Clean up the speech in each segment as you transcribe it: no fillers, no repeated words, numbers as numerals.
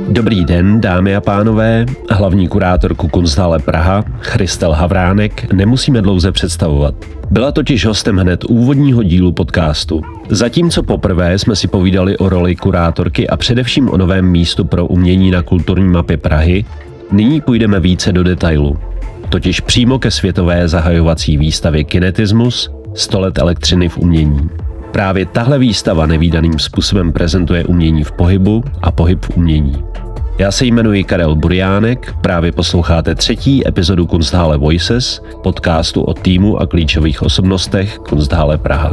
Dobrý den, dámy a pánové. Hlavní kurátorku Kunsthalle Praha, Christel Havránek, nemusíme dlouze představovat. Byla totiž hostem hned úvodního dílu podcastu. Zatímco poprvé jsme si povídali o roli kurátorky a především o novém místu pro umění na kulturní mapě Prahy, nyní půjdeme více do detailu. Totiž přímo ke světové zahajovací výstavě Kinetismus 100 let elektřiny v umění. Právě tahle výstava nevídaným způsobem prezentuje umění v pohybu a pohyb v umění. Já se jmenuji Karel Buriánek, právě posloucháte 3. epizodu Kunsthalle Voices, podcastu o týmu a klíčových osobnostech Kunsthalle Praha.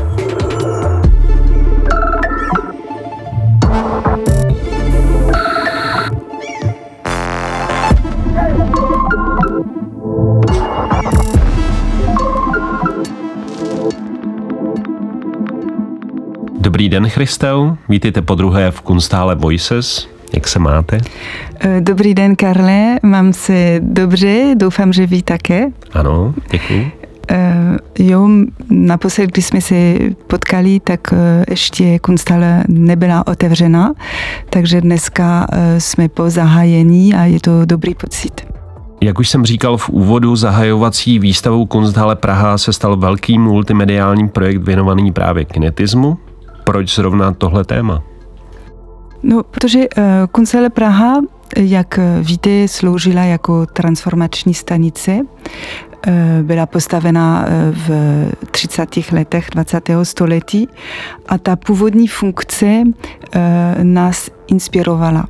Dobrý den, Christel. Vítejte podruhé v Kunsthalle Voices. Jak se máte? Dobrý den, Karle. Mám se dobře, doufám, že vy také. Ano, děkuji. Jo, naposled, když jsme se potkali, tak ještě Kunsthalle nebyla otevřena, takže dneska jsme po zahájení a je to dobrý pocit. Jak už jsem říkal v úvodu, zahajovací výstavou Kunsthalle Praha se stal velký multimediální projekt věnovaný právě kinetismu. Proč zrovna tohle téma? No, protože Kunsthalle Praha, jak víte, sloužila jako transformační stanice. Byla postavena v 30. letech 20. století a ta původní funkce nás inspirovala.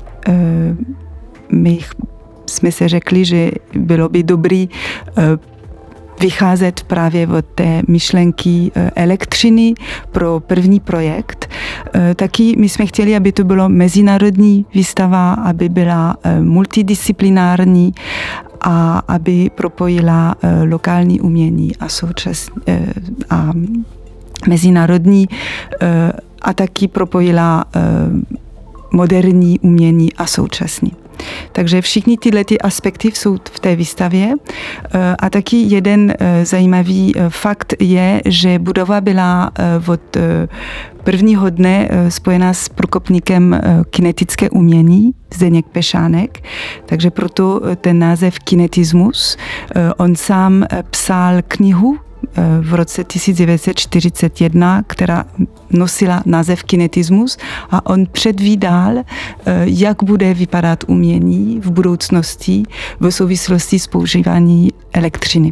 My jsme se řekli, že bylo by dobrý vycházet právě od té myšlenky elektřiny pro první projekt. Taky my jsme chtěli, aby to bylo mezinárodní výstava, aby byla multidisciplinární a aby propojila lokální umění a mezinárodní a taky propojila moderní umění a současný. Takže všichni tyhle aspekty jsou v té výstavě a taky jeden zajímavý fakt je, že budova byla od prvního dne spojená s průkopníkem kinetické umění, Zdeněk Pešánek, takže proto ten název Kinetismus. On sám psal knihu v roce 1941, která nosila název Kinetismus a on předvídal, jak bude vypadat umění v budoucnosti v souvislosti s používáním elektřiny.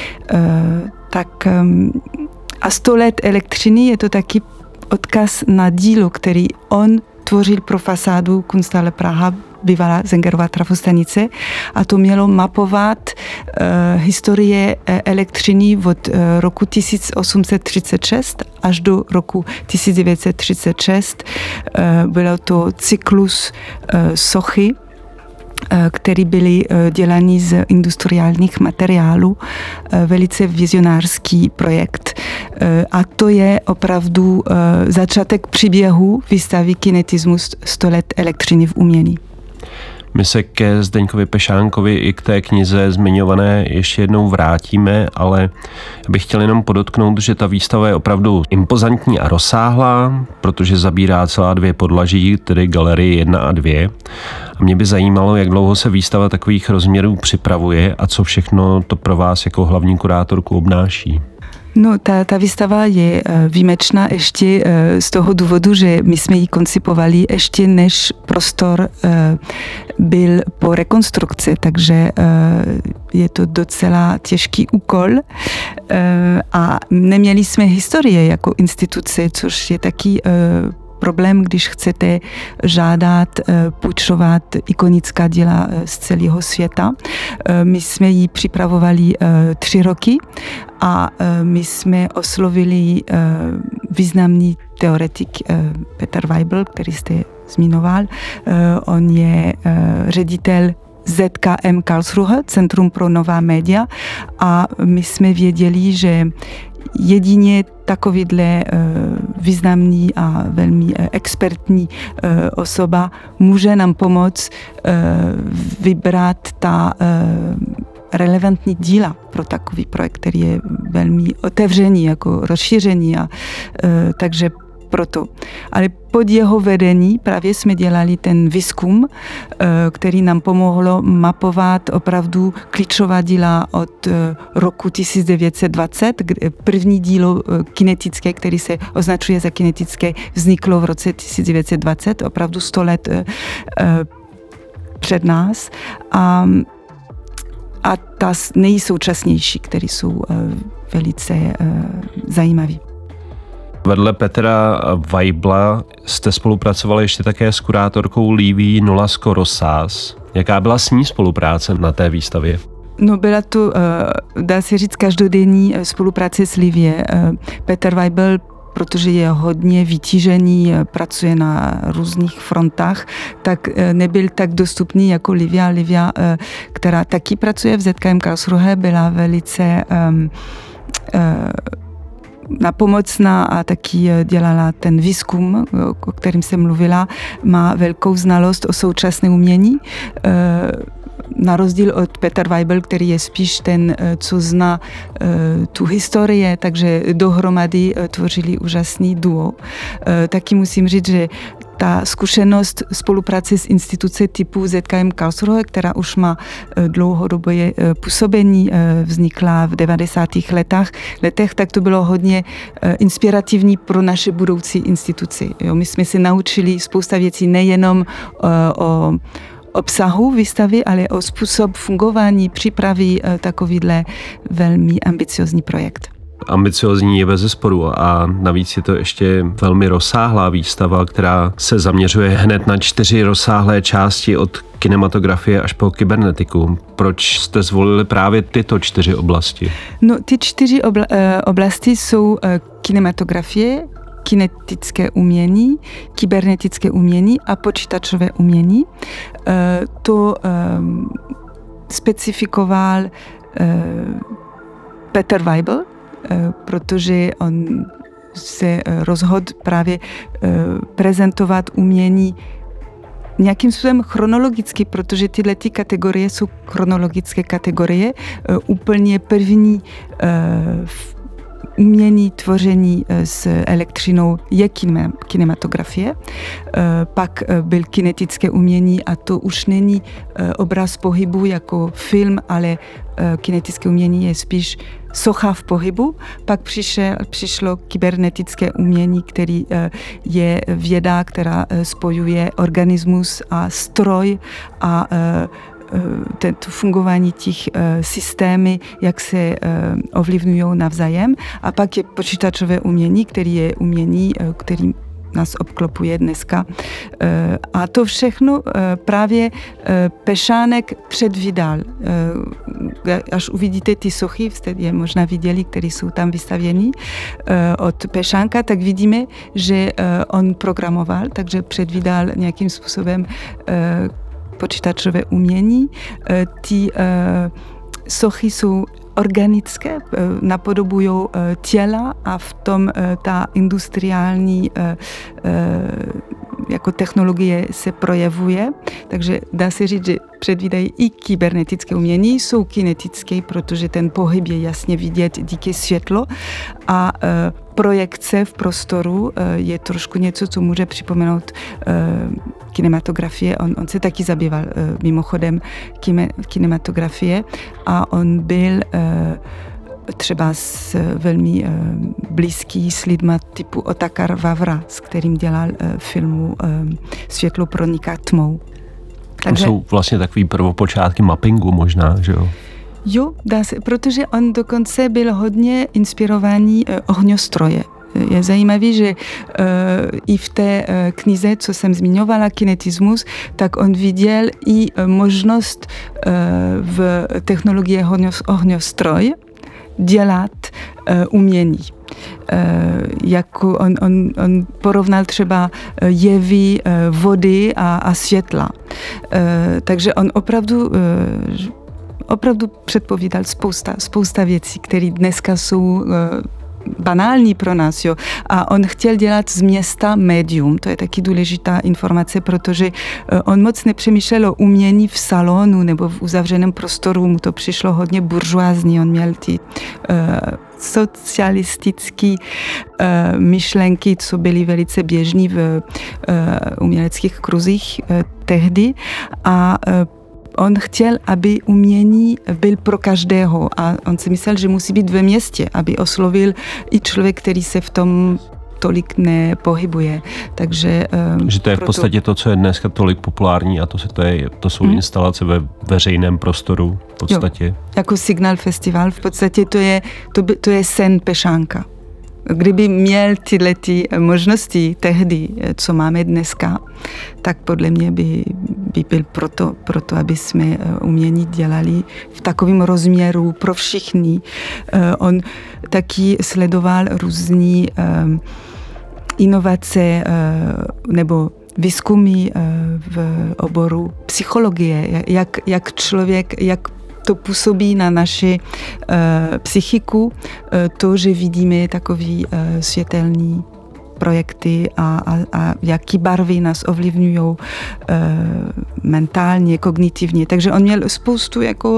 A 100 let elektřiny je to taky odkaz na dílo, který on tvořil pro fasádu Kunsthalle Praha, bývalá Zengerova trafostanice, a to mělo mapovat historie elektřiny od roku 1836 až do roku 1936. Bylo to cyklus sochy, který byly dělaný z industriálních materiálů, velice vizionářský projekt. A to je opravdu začátek příběhu výstavy Kinetismus 100 let elektřiny v umění. My se ke Zdeňkovi Pešánkovi i k té knize zmiňované ještě jednou vrátíme, ale bych chtěl jenom podotknout, že ta výstava je opravdu impozantní a rozsáhlá, protože zabírá celá 2 podlaží, tedy galerii 1 a 2. A mě by zajímalo, jak dlouho se výstava takových rozměrů připravuje a co všechno to pro vás jako hlavní kurátorku obnáší. No, ta výstava je výjimečná ještě z toho důvodu, že my jsme ji koncipovali ještě než prostor byl po rekonstrukci, takže je to docela těžký úkol a neměli jsme historie jako instituce, což je taky problém, když chcete žádat, půjčovat ikonická díla z celého světa. My jsme ji připravovali 3 roky a my jsme oslovili významný teoretik Peter Weibel, který jste zmiňoval. On je ředitel ZKM Karlsruhe, Centrum pro nová média, a my jsme věděli, že jedině takovýhle významný a velmi expertní osoba může nám pomoct vybrat ta relevantní díla pro takový projekt, který je velmi otevřený, jako rozšířený. Takže proto. Ale pod jeho vedení právě jsme dělali ten výzkum, který nám pomohlo mapovat opravdu klíčová díla od roku 1920. První dílo kinetické, který se označuje za kinetické, vzniklo v roce 1920, opravdu 100 let před nás. A ta nejsoučasnější, které jsou velice zajímavé. Vedle Petra Weibla jste spolupracovali ještě také s kurátorkou Livií Nolasco-Rosas. Jaká byla s ní spolupráce na té výstavě? No, byla to, dá se říct, každodenní spolupráce s Livie. Petr Weibel, protože je hodně vytížený, pracuje na různých frontách, tak nebyl tak dostupný jako Livia. Livia, která taky pracuje v ZKM Karlsruhe, byla velice napomocná a taky dělala ten výzkum, o kterém jsem mluvila, má velkou znalost o současné umění. Na rozdíl od Petr Weibel, který je spíš ten, co zná tu historii, takže dohromady tvořili úžasný duo. Taky musím říct, že ta zkušenost spolupráce s institucí typu ZKM Karlsruhe, která už má dlouhodobé působení, vznikla v 90. letech, tak to bylo hodně inspirativní pro naše budoucí instituce. My jsme se naučili spousta věcí nejenom o obsahu výstavy, ale o způsob fungování, přípravy takovýhle velmi ambiciozní projekt. Ambiciozní je bezesporu a navíc je to ještě velmi rozsáhlá výstava, která se zaměřuje hned na 4 rozsáhlé části od kinematografie až po kybernetiku. Proč jste zvolili právě tyto 4 oblasti? No, ty 4 oblasti jsou kinematografie, kinetické umění, kybernetické umění a počítačové umění. To specifikoval Petr Weibel, protože on se rozhodl právě prezentovat umění nějakým způsobem chronologicky, protože tyhle ty kategorie jsou chronologické kategorie. Úplně první umění tvoření s elektřinou je kinematografie. Pak byl kinetické umění a to už není obraz pohybu jako film, ale kinetické umění je spíš socha v pohybu. Pak přišlo kybernetické umění, který je věda, která spojuje organismus a stroj a to fungování těch systémy, jak se ovlivňují navzájem. A pak je počítačové umění, který je umění, který nás obklopuje dneska. A to všechno právě Pešánek předvídal. Až uvidíte ty sochy, jste je možná viděli, které jsou tam vystavěny od Pešánka, tak vidíme, že on programoval, takže předvídal nějakým způsobem počítačové umění. Ty sochy jsou organické, napodobují těla a v tom ta industriální jako technologie se projevuje. Takže dá se říct, že předvídají i kybernetické umění, jsou kinetické, protože ten pohyb je jasně vidět díky světlo a projekce v prostoru je trošku něco, co může připomenout kinematografie. On se taky zabýval mimochodem kinematografie a on byl třeba velmi blízký s lidma typu Otakar Vavra, s kterým dělal filmu Světlo proniká tmou. Takže jsou vlastně takový prvopočátky mappingu možná, že jo? Jo, dá se, protože on dokonce byl hodně inspirovaný ohňostroje. Je zajímavé, že i v té knize, co jsem zmiňovala, kinetismus, tak on viděl i možnost v technologii ohňostroj dělat umění. Jako on porovnal třeba jevy vody a světla. Takže on opravdu předpovídal spousta věcí, které dneska jsou banální pro nás, jo. A on chtěl dělat z města médium, to je taky důležitá informace, protože on moc nepřemýšlel o umění v salonu nebo v uzavřeném prostoru, mu to přišlo hodně buržoázní, on měl ty socialistické myšlenky, co byly velice běžné v uměleckých kruzích tehdy a on chtěl, aby umění byl pro každého a on si myslel, že musí být ve městě, aby oslovil i člověk, který se v tom tolik nepohybuje. Takže že to je v podstatě to, co je dneska tolik populární a to jsou instalace ve veřejném prostoru v podstatě. Jo, jako Signál festival, v podstatě to je sen Pešánka. Kdyby měl tyhle možnosti tehdy, co máme dneska, tak podle mě by byl proto, aby jsme umění dělali v takovém rozměru pro všichni. On taky sledoval různý inovace nebo výzkumy v oboru psychologie, jak člověk, jak to působí na naši psychiku, to, že vidíme takový světelný projekty a jaký barvy nás ovlivňují mentálně, kognitivně. Takže on měl spoustu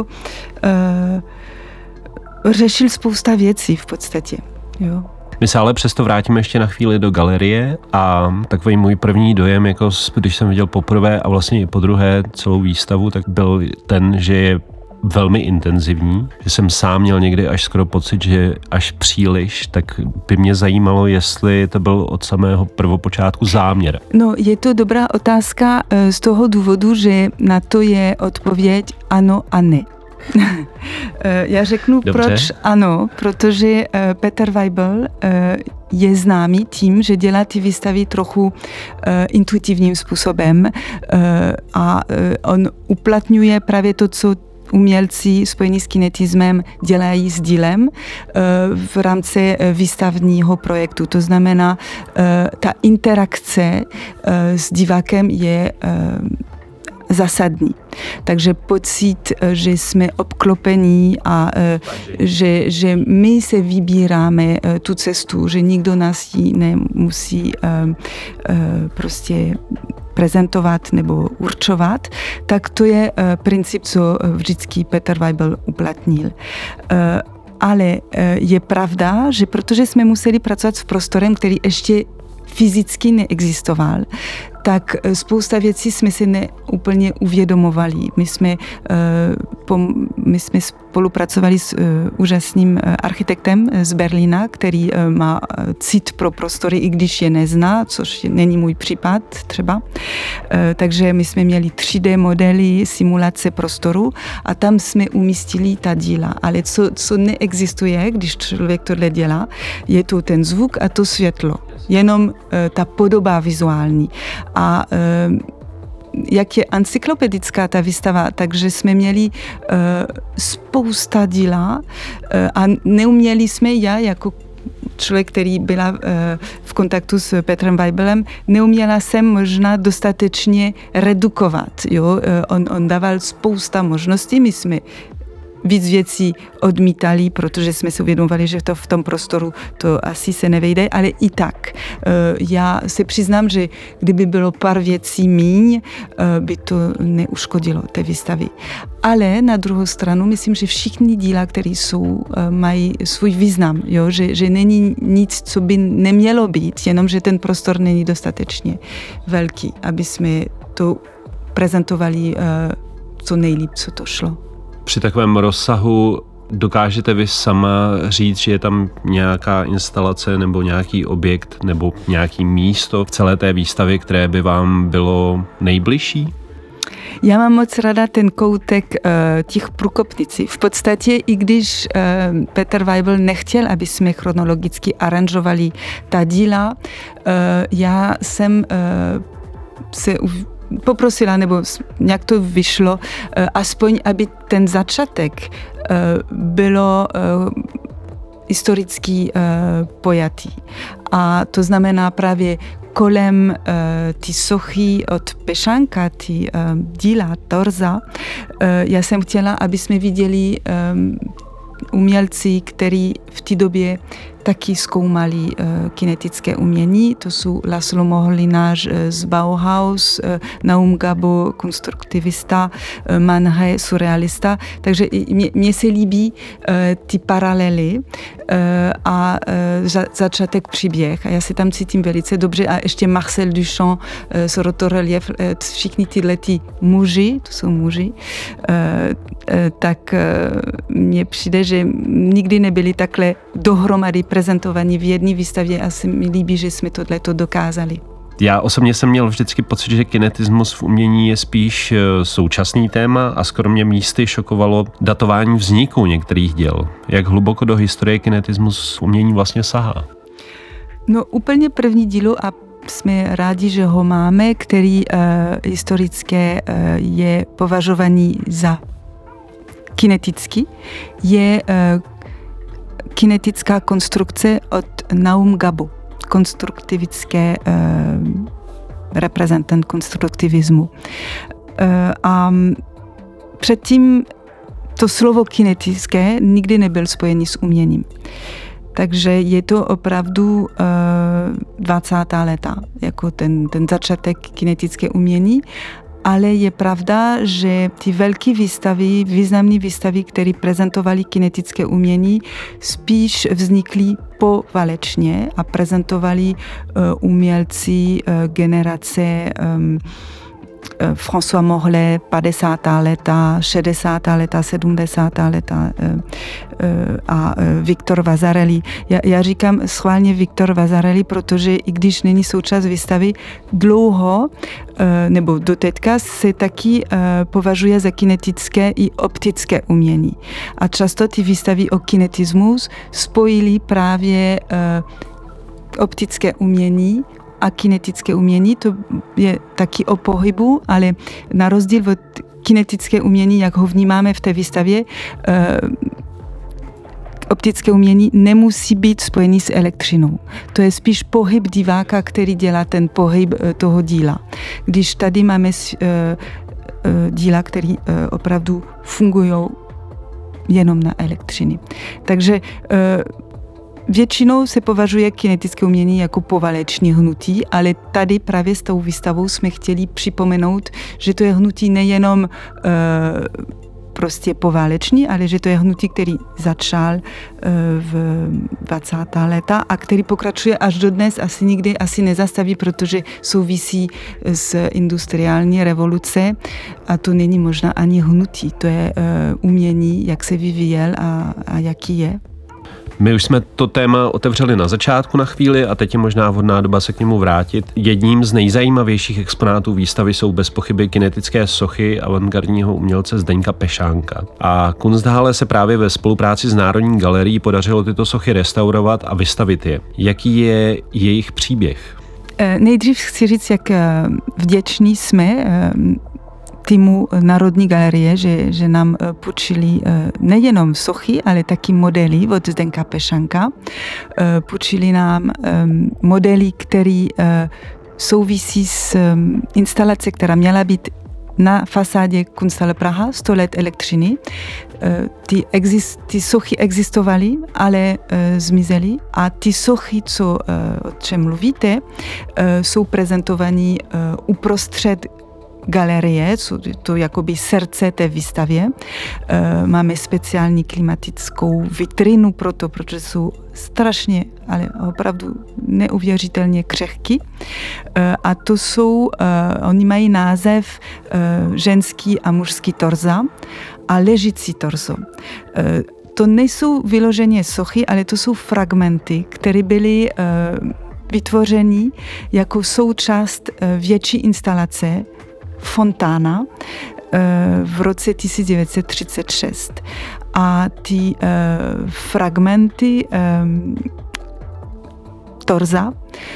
řešil spousta věcí v podstatě. Jo. My se ale přesto vrátíme ještě na chvíli do galerie a takový můj první dojem, jako když jsem viděl poprvé a vlastně i podruhé celou výstavu, tak byl ten, že je velmi intenzivní, že jsem sám měl někdy až skoro pocit, že až příliš, tak by mě zajímalo, jestli to byl od samého prvopočátku záměr. No, je to dobrá otázka z toho důvodu, že na to je odpověď ano a ne. Já řeknu, dobře. Proč ano, protože Peter Weibel je známý tím, že dělá ty výstavy trochu intuitivním způsobem a on uplatňuje právě to, co umělci spojení s kinetismem dělají s dílem v rámci výstavního projektu. To znamená, ta interakce s divákem je zásadní. Takže pocit, že jsme obklopení a že my se vybíráme tu cestu, že nikdo nás ji nemusí prostě prezentovat nebo určovat, tak to je princip, co vždycky Peter Weibel uplatnil. Ale je pravda, že protože jsme museli pracovat s prostorem, který ještě fyzicky neexistoval, tak spousta věcí jsme si neúplně uvědomovali. My jsme spolupracovali s úžasným architektem z Berlína, který má cit pro prostory, i když je nezná, což není můj případ třeba. Takže my jsme měli 3D modely, simulace prostoru a tam jsme umístili ta díla. Ale co neexistuje, když člověk tohle dělá, je to ten zvuk a to světlo. Jenom ta podoba vizuální. A jak je encyklopedická ta výstava, takže jsme měli spousta díla a neuměli jsme, já jako člověk, který byla v kontaktu s Petrem Weibelem, neuměla jsem možná dostatečně redukovat. Jo? On dával spousta možností, my jsme víc věcí odmítali, protože jsme si uvědomovali, že to v tom prostoru to asi se nevejde, ale i tak. Já se přiznám, že kdyby bylo pár věcí míň, by to neuškodilo té výstavy. Ale na druhou stranu myslím, že všichni díla, které jsou, mají svůj význam, jo? Že není nic, co by nemělo být, jenom že ten prostor není dostatečně velký, aby jsme to prezentovali co nejlíp, co to šlo. Při takovém rozsahu dokážete vy sama říct, že je tam nějaká instalace nebo nějaký objekt nebo nějaký místo v celé té výstavě, které by vám bylo nejbližší? Já mám moc ráda ten koutek těch průkopnicí. V podstatě, i když Peter Weibel nechtěl, aby jsme chronologicky aranžovali ta díla, já jsem se poprosila, nebo nějak to vyšlo, aspoň, aby ten začátek bylo historicky pojatý. A to znamená právě kolem ty sochy od Pešánka, ty díla Torza, já jsem chtěla, aby jsme viděli umělci, který v té době taky zkoumali kinetické umění. To jsou Laszlo Moholy-Nagy z Bauhaus, Naum Gabo, konstruktivista, Man Ray, surrealista. Takže mně se líbí ty paralely a začátek příběh. A já se tam cítím velice dobře. A ještě Marcel Duchamp z Rotorelief, všichni tyhle muži, to jsou muži, tak mně přijde, že nikdy nebyli takhle dohromady prezentovaní v jedné výstavě a se mi líbí, že jsme tohleto dokázali. Já osobně jsem měl vždycky pocit, že kinetismus v umění je spíš současný téma a skoro mě místy šokovalo datování vzniku některých děl. Jak hluboko do historie kinetismus v umění vlastně sahá? No úplně první dílo a jsme rádi, že ho máme, který historicky je považovaný za kinetický, je kinetická konstrukce od Naum Gabo, konstruktivické reprezentant konstruktivismu. A předtím to slovo kinetické nikdy nebyl spojený s uměním. Takže je to opravdu 20. léta, jako ten začátek kinetické umění, ale je pravda, že ty velké výstavy, významné výstavy, které prezentovaly kinetické umění, spíš vznikly poválečně a prezentovali umělci generace François Morlet, 50. léta, 60. léta, 70. léta a Victor Vasarely. Já říkám schválně Victor Vasarely, protože i když není součást výstavy, dlouho nebo doteďka se taky považuje za kinetické i optické umění. A často ty výstavy o kinetismus spojily právě optické umění a kinetické umění, to je taky o pohybu, ale na rozdíl od kinetické umění, jak ho vnímáme v té výstavě, optické umění nemusí být spojený s elektřinou. To je spíš pohyb diváka, který dělá ten pohyb toho díla. Když tady máme díla, které opravdu fungují jenom na elektřiny. Takže většinou se považuje kinetické umění jako pováleční hnutí, ale tady právě s tou výstavou jsme chtěli připomenout, že to je hnutí nejenom prostě pováleční, ale že to je hnutí, který začal v 20. léta a který pokračuje až do dnes, asi nikdy nezastaví, protože souvisí s industriální revoluce a to není možná ani hnutí, to je umění, jak se vyvíjel a jaký je. My už jsme to téma otevřeli na začátku na chvíli a teď je možná vhodná doba se k němu vrátit. Jedním z nejzajímavějších exponátů výstavy jsou bez pochyby kinetické sochy avantgardního umělce Zdeňka Pešánka. A Kunsthalle se právě ve spolupráci s Národní galerií podařilo tyto sochy restaurovat a vystavit je. Jaký je jejich příběh? Nejdřív chci říct, jak vděční jsme týmu Národní galerie, že nám půjčili nejenom sochy, ale taky modely od Zdenka Pešánka. Půjčili nám modely, které souvisí s instalací, která měla být na fasádě Kunsthalle Praha, 100 let elektřiny. Ty sochy existovaly, ale zmizely a ty sochy, o čem mluvíte, jsou prezentovaní uprostřed galerie, to jakoby srdce té výstavě. Máme speciální klimatickou vitrinu pro to, protože jsou strašně, ale opravdu neuvěřitelně křehký. A to jsou, oni mají název ženský a mužský torza a ležící torzo. To nejsou vyloženě sochy, ale to jsou fragmenty, které byly vytvořeny jako součást větší instalace Fontána v roce 1936. A ty fragmenty torza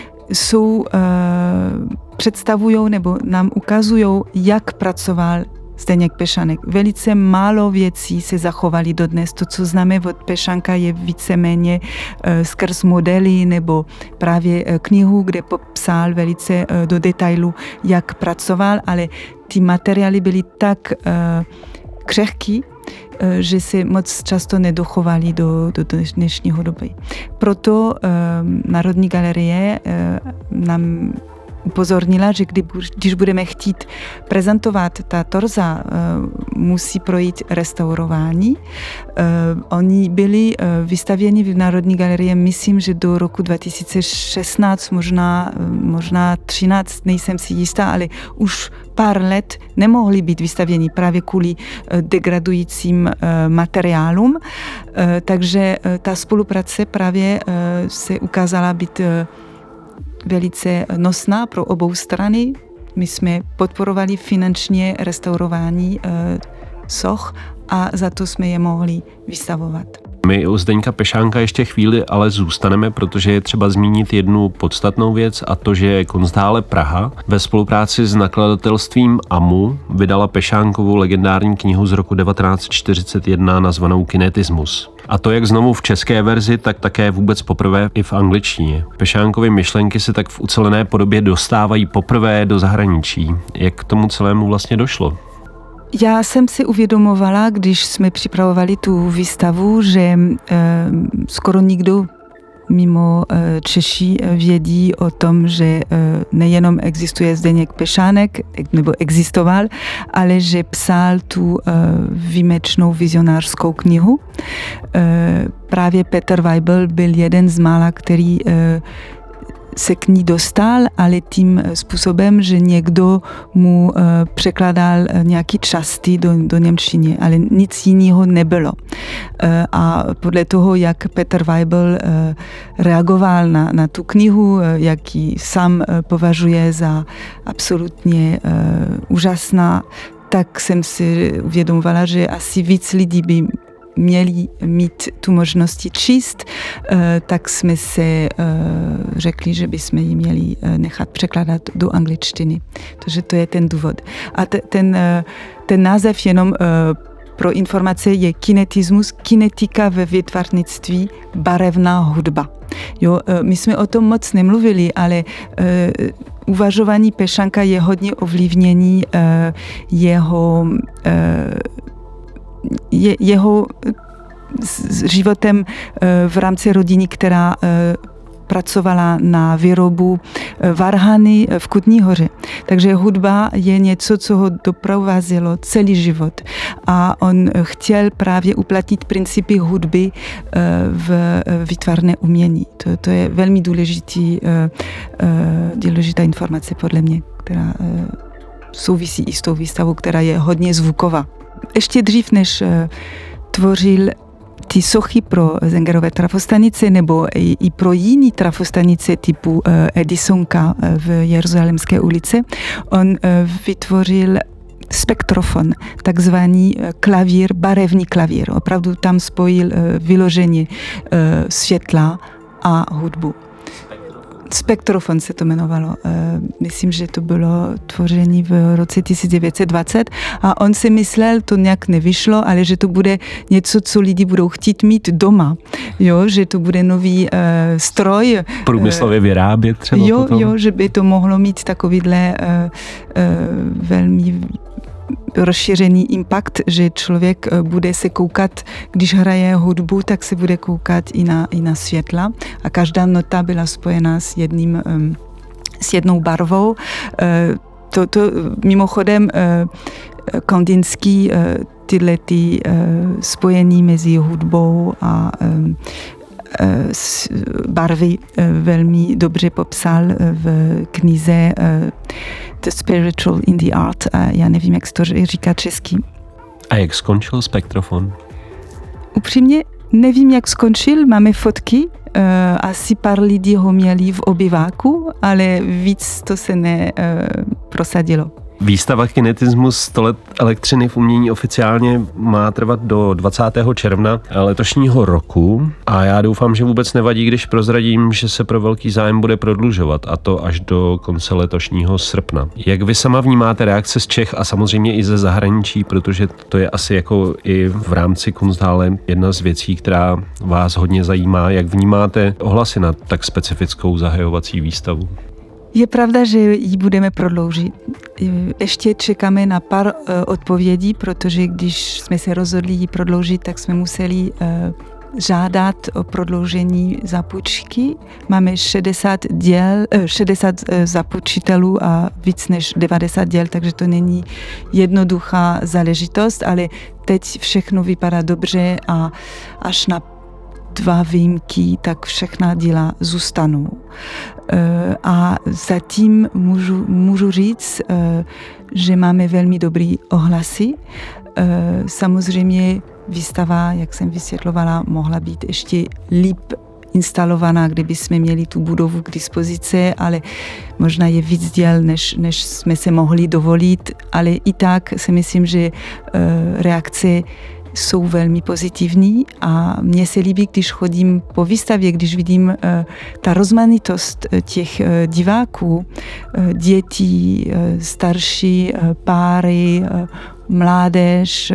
představují nebo nám ukazují, jak pracoval Zdeněk Pešánek. Velice málo věcí se zachovaly dodnes. To, co známe od Pešánka, je víceméně skrz modely nebo právě knihu, kde popsal velice do detailu, jak pracoval, ale ty materiály byly tak křehký, že se moc často nedochovali do dnešního doby. Proto Národní galerie nám upozornila, že když budeme chtít prezentovat ta torza, musí projít restaurování. Oni byli vystavěni v Národní galerii, myslím, že do roku 2016, možná 13, nejsem si jistá, ale už pár let nemohli být vystavěni právě kvůli degradujícím materiálům. Takže ta spolupráce právě se ukázala být velice nosná pro obou strany. My jsme podporovali finančně restaurování soch a za to jsme je mohli vystavovat. My u Zdeňka Pešánka ještě chvíli ale zůstaneme, protože je třeba zmínit jednu podstatnou věc, a to, že Kunsthalle Praha ve spolupráci s nakladatelstvím AMU vydala Pešánkovu legendární knihu z roku 1941 nazvanou Kinetismus. A to jak znovu v české verzi, tak také vůbec poprvé i v angličtině. Pešánkovy myšlenky se tak v ucelené podobě dostávají poprvé do zahraničí. Jak k tomu celému vlastně došlo? Já jsem si uvědomovala, když jsme připravovali tu výstavu, že skoro nikdo mimo Češi vědí o tom, že nejenom existuje Zdeněk Pešánek, nebo existoval, ale že psal tu výjimečnou vizionářskou knihu. Právě Peter Weibel byl jeden z mála, který se k ní dostal, ale tím způsobem, že někdo mu překládal nějaké části do němčiny, ale nic jiného nebylo. A podle toho, jak Peter Weibel reagoval na tu knihu, jak ji sám považuje za absolutně úžasná, tak jsem si uvědomovala, že asi víc lidí by měli mít tu možnosti číst, tak jsme se řekli, že bychom ji měli nechat překládat do angličtiny. Takže to je ten důvod. A ten název jenom pro informace je kinetismus, kinetika ve výtvarnictví, barevná hudba. Jo, my jsme o tom moc nemluvili, ale uvažování Pešánka je hodně ovlivnění jeho životem v rámci rodiny, která pracovala na výrobu varhany v Kutní Hoře. Takže hudba je něco, co ho doprovázelo celý život. A on chtěl právě uplatnit principy hudby v výtvarné umění. To je velmi důležitá informace podle mě, která souvisí i s tou výstavou, která je hodně zvuková. Ještě dřív, než tvořil ty sochy pro Zengerové trafostanice nebo i pro jiné trafostanice typu Edisonka v Jeruzalémské ulici, on vytvořil spektrofon, takzvaný klavír, barevný klavír. Opravdu tam spojil vyloženě světla a hudbu. Spektrofon se to jmenovalo. Myslím, že to bylo tvoření v roce 1920 a on si myslel, to nějak nevyšlo, ale že to bude něco, co lidi budou chtít mít doma. Jo, že to bude nový stroj. Průmyslově vyrábět třeba potom? Jo, že by to mohlo mít takovýhle velmi rozšířený impact, že člověk bude se koukat, když hraje hudbu, tak se bude koukat i na světla a každá nota byla spojena s jednou barvou. To mimochodem Kandinský tyhle spojení mezi hudbou a barvy velmi dobře popsal v knize The Spiritual in the Art. A já nevím, jak se to říká česky. A jak skončil spektrofon? Upřímně nevím, jak skončil. Máme fotky. Asi pár lidí ho měli v obyváku, ale víc to se neprosadilo. Výstava Kinetismus 100 let elektřiny v umění oficiálně má trvat do 20. června letošního roku a já doufám, že vůbec nevadí, když prozradím, že se pro velký zájem bude prodlužovat, a to až do konce letošního srpna. Jak vy sama vnímáte reakce z Čech a samozřejmě i ze zahraničí, protože to je asi jako i v rámci Kunsthalle jedna z věcí, která vás hodně zajímá. Jak vnímáte ohlasy na tak specifickou zahajovací výstavu? Je pravda, že ji budeme prodloužit. ještě čekáme na pár odpovědí, protože když jsme se rozhodli ji prodloužit, tak jsme museli žádat o prodloužení zapůjčky. Máme 60 zapůjčitelů a víc než 90 děl, takže to není jednoduchá záležitost, ale teď všechno vypadá dobře a až na 2 výjimky, tak všechna díla zůstanou. A zatím můžu říct, že máme velmi dobrý ohlasy. Samozřejmě výstava, jak jsem vysvětlovala, mohla být ještě líp instalovaná, kdyby jsme měli tu budovu k dispozici, ale možná je víc děl, než jsme se mohli dovolit, ale i tak si myslím, že reakce jsou velmi pozitivní a mně se líbí, když chodím po výstavě, když vidím ta rozmanitost těch diváků, dětí, starší, páry, mládež.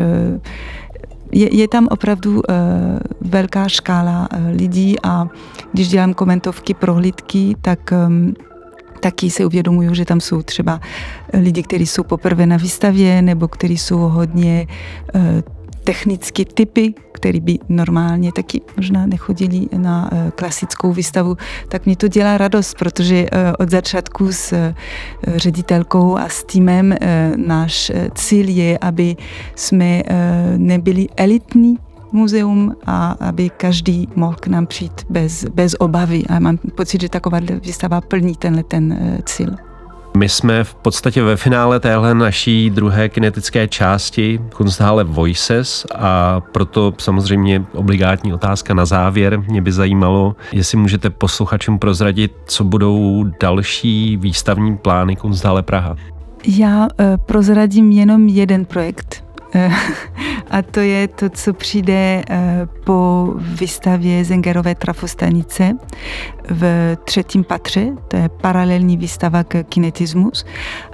Je tam opravdu velká škála lidí a když dělám komentovky, prohlídky, tak taky se uvědomuju, že tam jsou třeba lidi, kteří jsou poprvé na výstavě nebo kteří jsou hodně technické typy, které by normálně taky možná nechodili na klasickou výstavu, tak mě to dělá radost, protože od začátku s ředitelkou a s týmem náš cíl je, aby jsme nebyli elitní muzeum a aby každý mohl k nám přijít bez obavy. A mám pocit, že taková výstava plní ten cíl. My jsme v podstatě ve finále téhle naší druhé kinetické části Kunsthalle Voices a proto samozřejmě obligátní otázka na závěr. Mě by zajímalo, jestli můžete posluchačům prozradit, co budou další výstavní plány Kunsthalle Praha. Já prozradím jenom jeden projekt. A to je to, co přijde po výstavě Zengerové trafostanice v 3. patře. To je paralelní výstava k kinetismus.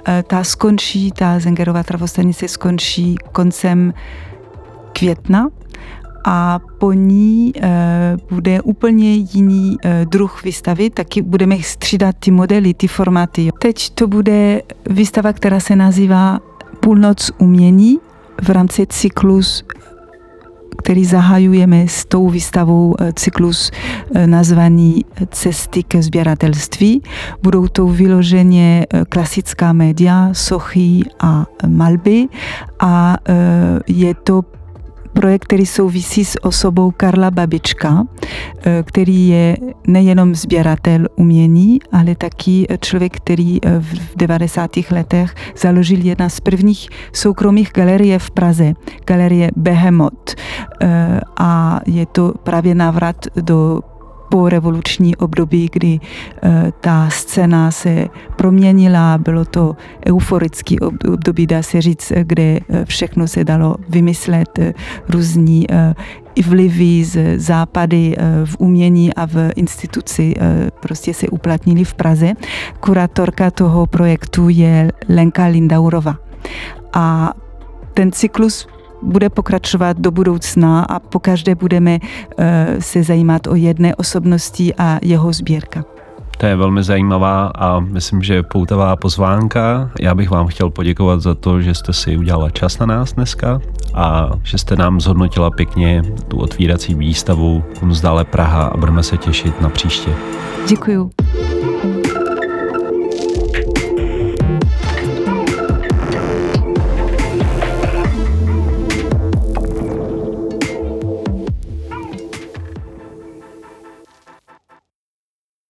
Ta Zengerová trafostanice skončí koncem května a po ní bude úplně jiný druh výstavy, taky budeme střídat ty modely, ty formáty. Teď to bude výstava, která se nazývá Půlnoc umění, v rámci cyklus, který zahajujeme s tou výstavou, cyklus nazvaný Cesty ke sběratelství. Budou to vyloženě klasická média, sochy a malby a je to projekt, který souvisí s osobou Karla Babička, který je nejenom sběratel umění, ale taky člověk, který v 90. letech založil jedna z prvních soukromých galerie v Praze, galerie Behemoth. A je to právě návrat do porevoluční období, kdy ta scéna se proměnila, bylo to euforický období, dá se říct, kde všechno se dalo vymyslet, různí vlivy z západy v umění a v instituci prostě se uplatnili v Praze. Kurátorka toho projektu je Lenka Lindaurová. A ten cyklus bude pokračovat do budoucna a pokaždé budeme se zajímat o jedné osobnosti a jeho sbírka. To je velmi zajímavá a myslím, že poutavá pozvánka. Já bych vám chtěl poděkovat za to, že jste si udělala čas na nás dneska a že jste nám zhodnotila pěkně tu otvírací výstavu Kunsthalle Praha a budeme se těšit na příště. Děkuju.